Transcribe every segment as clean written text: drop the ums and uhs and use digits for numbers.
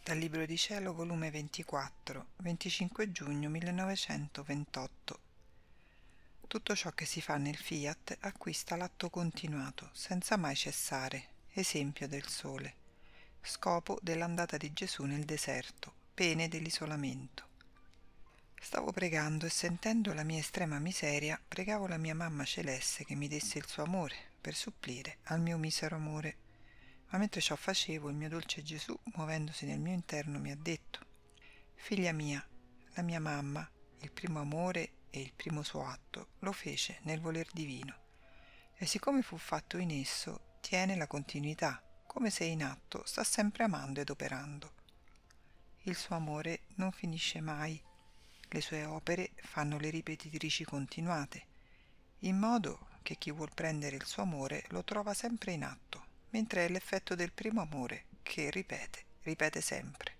Dal Libro di Cielo, volume 24, 25 giugno 1928. Tutto ciò che si fa nel Fiat acquista l'atto continuato, senza mai cessare, esempio del sole, scopo dell'andata di Gesù nel deserto, pene dell'isolamento. Stavo pregando e sentendo la mia estrema miseria, pregavo la mia mamma celeste che mi desse il suo amore per supplire al mio misero amore. Ma mentre ciò facevo, il mio dolce Gesù, muovendosi nel mio interno, mi ha detto: «Figlia mia, la mia mamma, il primo amore e il primo suo atto, lo fece nel voler divino, e siccome fu fatto in esso, tiene la continuità, come se in atto sta sempre amando ed operando. Il suo amore non finisce mai, le sue opere fanno le ripetitrici continuate, in modo che chi vuol prendere il suo amore lo trova sempre in atto, mentre è l'effetto del primo amore che ripete sempre.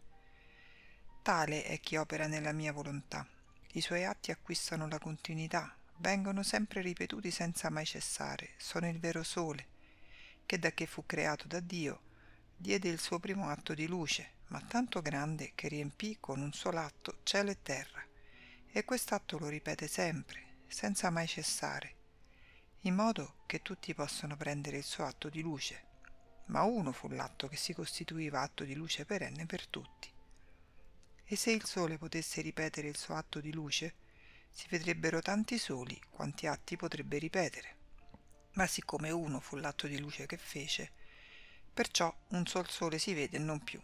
Tale è chi opera nella mia volontà. I suoi atti acquistano la continuità, vengono sempre ripetuti senza mai cessare, sono il vero sole, che da che fu creato da Dio, diede il suo primo atto di luce, ma tanto grande che riempì con un solo atto cielo e terra, e quest'atto lo ripete sempre, senza mai cessare, in modo che tutti possono prendere il suo atto di luce. Ma uno fu l'atto che si costituiva atto di luce perenne per tutti. E se il sole potesse ripetere il suo atto di luce, si vedrebbero tanti soli quanti atti potrebbe ripetere. Ma siccome uno fu l'atto di luce che fece, perciò un sol sole si vede e non più.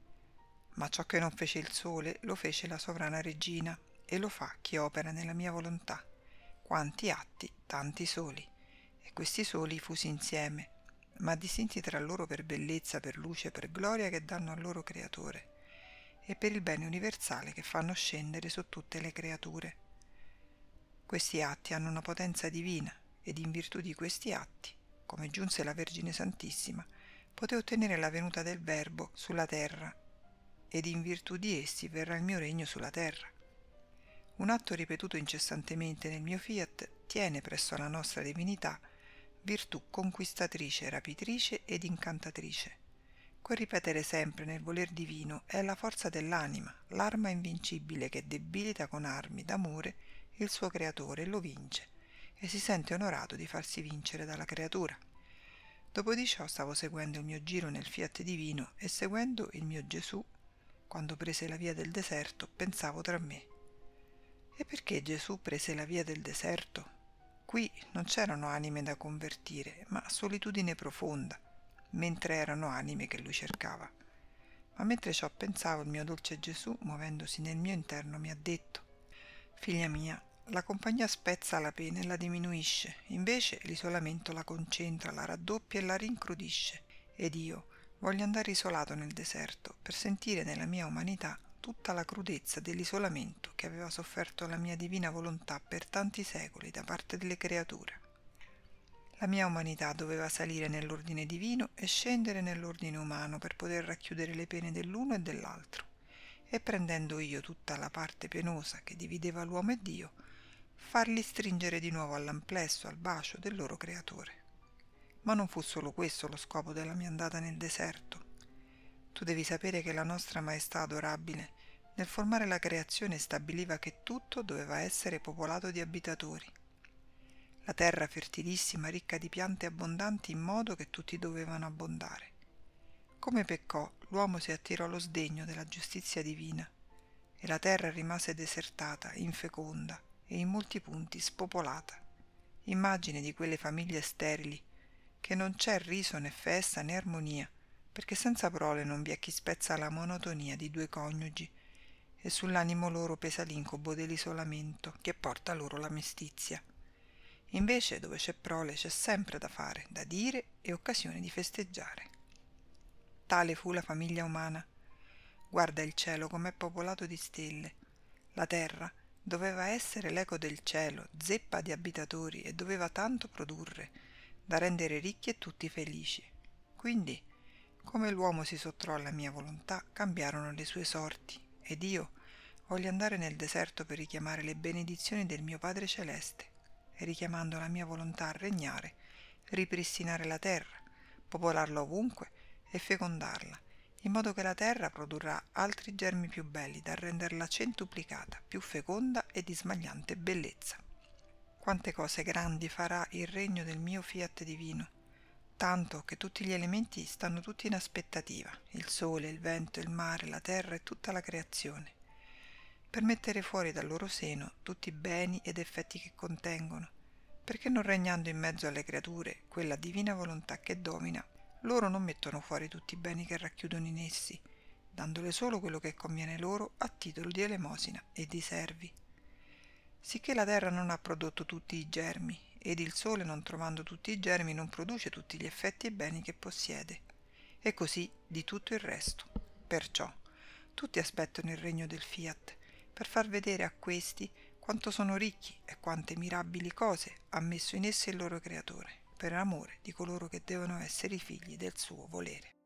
Ma ciò che non fece il sole lo fece la sovrana regina, e lo fa chi opera nella mia volontà. Quanti atti, tanti soli, e questi soli fusi insieme, ma distinti tra loro per bellezza, per luce, per gloria che danno al loro creatore, e per il bene universale che fanno scendere su tutte le creature. Questi atti hanno una potenza divina, ed in virtù di questi atti, come giunse la Vergine Santissima, poté ottenere la venuta del Verbo sulla terra, ed in virtù di essi verrà il mio regno sulla terra. Un atto ripetuto incessantemente nel mio fiat tiene presso la nostra divinità virtù conquistatrice, rapitrice ed incantatrice. Quel ripetere sempre nel voler divino è la forza dell'anima, l'arma invincibile che debilita con armi d'amore il suo creatore e lo vince, e si sente onorato di farsi vincere dalla creatura. Dopo di ciò stavo seguendo il mio giro nel fiat divino e seguendo il mio Gesù, quando prese la via del deserto, pensavo tra me: e perché Gesù prese la via del deserto? Qui non c'erano anime da convertire, ma solitudine profonda, mentre erano anime che lui cercava. Ma mentre ciò pensavo, il mio dolce Gesù, muovendosi nel mio interno, mi ha detto: «Figlia mia, la compagnia spezza la pena e la diminuisce, invece l'isolamento la concentra, la raddoppia e la rincrudisce, ed io voglio andare isolato nel deserto per sentire nella mia umanità tutta la crudezza dell'isolamento che aveva sofferto la mia divina volontà per tanti secoli da parte delle creature. La mia umanità doveva salire nell'ordine divino e scendere nell'ordine umano per poter racchiudere le pene dell'uno e dell'altro, e prendendo io tutta la parte penosa che divideva l'uomo e Dio, farli stringere di nuovo all'amplesso, al bacio del loro creatore. Ma non fu solo questo lo scopo della mia andata nel deserto. Tu devi sapere che la nostra Maestà adorabile, nel formare la creazione, stabiliva che tutto doveva essere popolato di abitatori. La terra fertilissima, ricca di piante abbondanti, in modo che tutti dovevano abbondare. Come peccò, l'uomo si attirò allo sdegno della giustizia divina, e la terra rimase desertata, infeconda e in molti punti spopolata, immagine di quelle famiglie sterili, che non c'è riso né festa né armonia, perché senza prole non vi è chi spezza la monotonia di due coniugi, e sull'animo loro pesa l'incubo dell'isolamento che porta loro la mestizia. Invece, dove c'è prole c'è sempre da fare, da dire e occasione di festeggiare. Tale fu la famiglia umana. Guarda il cielo com'è popolato di stelle. La terra doveva essere l'eco del cielo, zeppa di abitatori, e doveva tanto produrre da rendere ricchi e tutti felici. Quindi, come l'uomo si sottrò alla mia volontà, cambiarono le sue sorti, ed io voglio andare nel deserto per richiamare le benedizioni del mio Padre Celeste, e richiamando la mia volontà a regnare, ripristinare la terra, popolarla ovunque e fecondarla, in modo che la terra produrrà altri germi più belli da renderla centuplicata, più feconda e di smagliante bellezza. Quante cose grandi farà il regno del mio fiat divino, tanto che tutti gli elementi stanno tutti in aspettativa, il sole, il vento, il mare, la terra e tutta la creazione, per mettere fuori dal loro seno tutti i beni ed effetti che contengono, perché non regnando in mezzo alle creature quella divina volontà che domina, loro non mettono fuori tutti i beni che racchiudono in essi, dandole solo quello che conviene loro a titolo di elemosina e di servi. Sicché la terra non ha prodotto tutti i germi, ed il sole, non trovando tutti i germi, non produce tutti gli effetti e beni che possiede, e così di tutto il resto. Perciò tutti aspettano il regno del fiat, per far vedere a questi quanto sono ricchi e quante mirabili cose ha messo in esse il loro creatore, per amore di coloro che devono essere i figli del suo volere.